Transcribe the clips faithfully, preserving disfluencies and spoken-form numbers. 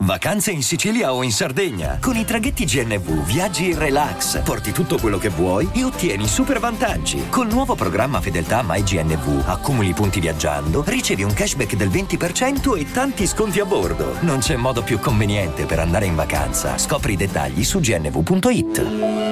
Vacanze in Sicilia o in Sardegna. Con i traghetti G N V viaggi in relax, porti tutto quello che vuoi e ottieni super vantaggi. Col nuovo programma Fedeltà MyGNV accumuli punti viaggiando, ricevi un cashback del venti per cento e tanti sconti a bordo. Non c'è modo più conveniente per andare in vacanza. Scopri i dettagli su g n v punto i t.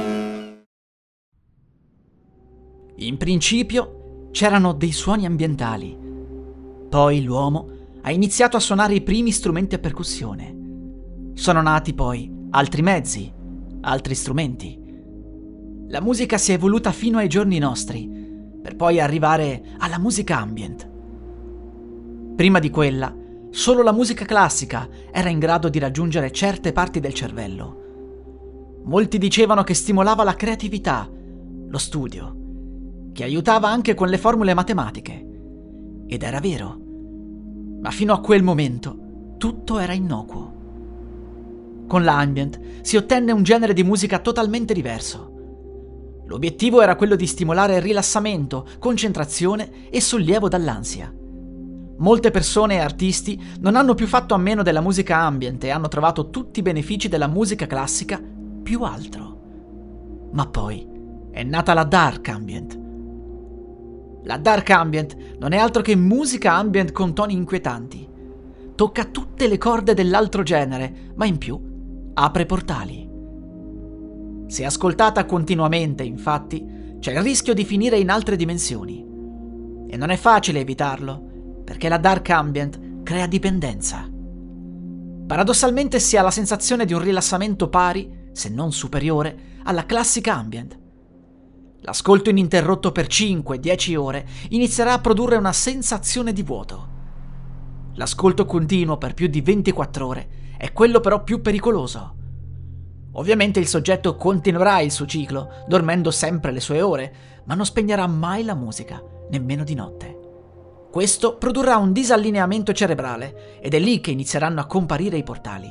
In principio c'erano dei suoni ambientali. Poi l'uomo ha iniziato a suonare i primi strumenti a percussione. Sono nati poi altri mezzi, altri strumenti. La musica si è evoluta fino ai giorni nostri, per poi arrivare alla musica ambient. Prima di quella, solo la musica classica era in grado di raggiungere certe parti del cervello. Molti dicevano che stimolava la creatività, lo studio, che aiutava anche con le formule matematiche. Ed era vero. Ma fino a quel momento tutto era innocuo. Con l'ambient si ottenne un genere di musica totalmente diverso. L'obiettivo era quello di stimolare rilassamento, concentrazione e sollievo dall'ansia. Molte persone e artisti non hanno più fatto a meno della musica ambient e hanno trovato tutti i benefici della musica classica più altro. Ma poi è nata la dark ambient. La dark ambient non è altro che musica ambient con toni inquietanti. Tocca tutte le corde dell'altro genere, ma in più apre portali. Se ascoltata continuamente, infatti, c'è il rischio di finire in altre dimensioni. E non è facile evitarlo, perché la dark ambient crea dipendenza. Paradossalmente si ha la sensazione di un rilassamento pari, se non superiore, alla classica ambient. L'ascolto ininterrotto per cinque dieci ore inizierà a produrre una sensazione di vuoto. L'ascolto continuo per più di ventiquattro ore è quello però più pericoloso. Ovviamente il soggetto continuerà il suo ciclo, dormendo sempre le sue ore, ma non spegnerà mai la musica, nemmeno di notte. Questo produrrà un disallineamento cerebrale ed è lì che inizieranno a comparire i portali.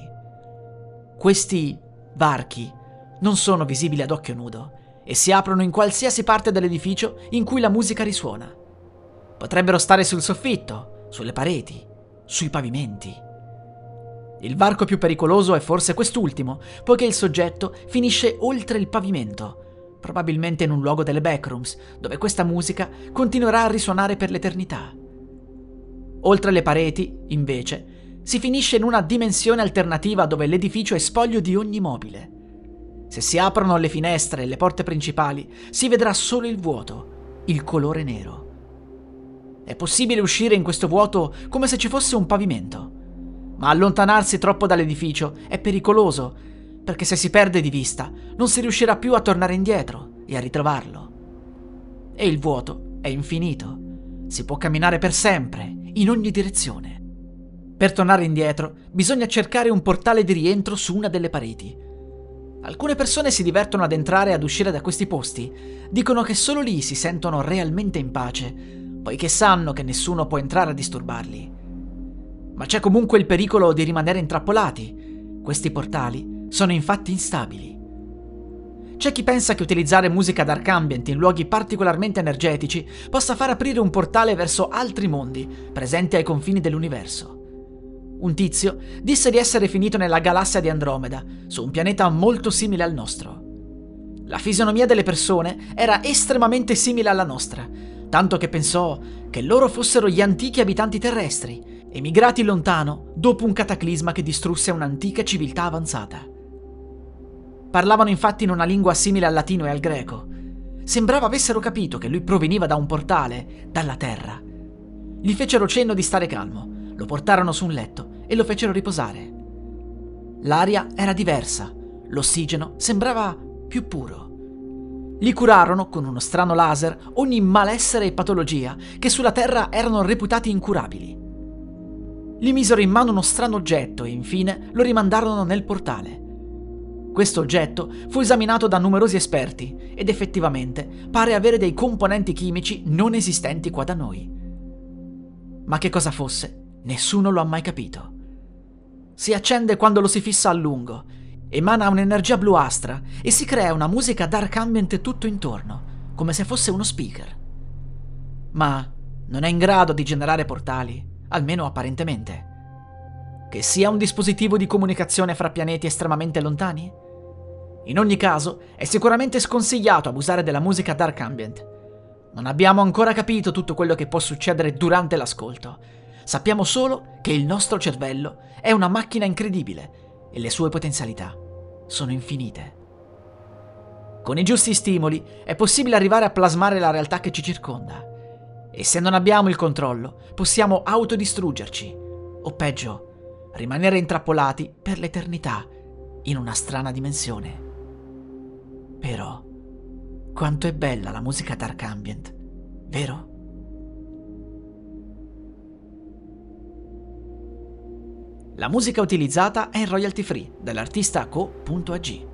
Questi varchi non sono visibili ad occhio nudo e si aprono in qualsiasi parte dell'edificio in cui la musica risuona. Potrebbero stare sul soffitto, sulle pareti, sui pavimenti. Il varco più pericoloso è forse quest'ultimo, poiché il soggetto finisce oltre il pavimento, probabilmente in un luogo delle backrooms, dove questa musica continuerà a risuonare per l'eternità. Oltre le pareti, invece, si finisce in una dimensione alternativa dove l'edificio è spoglio di ogni mobile. Se si aprono le finestre e le porte principali, si vedrà solo il vuoto, il colore nero. È possibile uscire in questo vuoto come se ci fosse un pavimento, ma allontanarsi troppo dall'edificio è pericoloso, perché se si perde di vista non si riuscirà più a tornare indietro e a ritrovarlo. E il vuoto è infinito, si può camminare per sempre, in ogni direzione. Per tornare indietro bisogna cercare un portale di rientro su una delle pareti. Alcune persone si divertono ad entrare e ad uscire da questi posti, dicono che solo lì si sentono realmente in pace, poiché sanno che nessuno può entrare a disturbarli. Ma c'è comunque il pericolo di rimanere intrappolati. Questi portali sono infatti instabili. C'è chi pensa che utilizzare musica dark ambient in luoghi particolarmente energetici possa far aprire un portale verso altri mondi, presenti ai confini dell'universo. Un tizio disse di essere finito nella galassia di Andromeda, su un pianeta molto simile al nostro. La fisionomia delle persone era estremamente simile alla nostra, tanto che pensò che loro fossero gli antichi abitanti terrestri, emigrati lontano dopo un cataclisma che distrusse un'antica civiltà avanzata. Parlavano infatti in una lingua simile al latino e al greco. Sembrava avessero capito che lui proveniva da un portale, dalla Terra. Gli fecero cenno di stare calmo. Lo portarono su un letto e lo fecero riposare. L'aria era diversa, l'ossigeno sembrava più puro. Li curarono con uno strano laser ogni malessere e patologia che sulla Terra erano reputati incurabili. Gli misero in mano uno strano oggetto e infine lo rimandarono nel portale. Questo oggetto fu esaminato da numerosi esperti ed effettivamente pare avere dei componenti chimici non esistenti qua da noi. Ma che cosa fosse? Nessuno lo ha mai capito. Si accende quando lo si fissa a lungo, emana un'energia bluastra e si crea una musica dark ambient tutto intorno, come se fosse uno speaker. Ma non è in grado di generare portali, almeno apparentemente. Che sia un dispositivo di comunicazione fra pianeti estremamente lontani? In ogni caso, è sicuramente sconsigliato abusare della musica dark ambient. Non abbiamo ancora capito tutto quello che può succedere durante l'ascolto. Sappiamo solo che il nostro cervello è una macchina incredibile e le sue potenzialità sono infinite. Con i giusti stimoli è possibile arrivare a plasmare la realtà che ci circonda. E se non abbiamo il controllo, possiamo autodistruggerci, o peggio, rimanere intrappolati per l'eternità in una strana dimensione. Però, quanto è bella la musica dark ambient, vero? La musica utilizzata è in royalty free dall'artista co punto a g.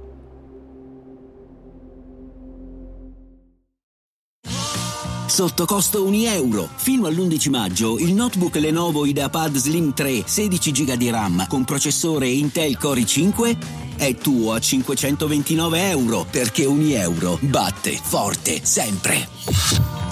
Sotto costo un euro. Fino all'undici maggio il notebook Lenovo IdeaPad Slim tre sedici giga di RAM con processore Intel Core i cinque è tuo a cinquecentoventinove euro, perché un euro batte forte sempre.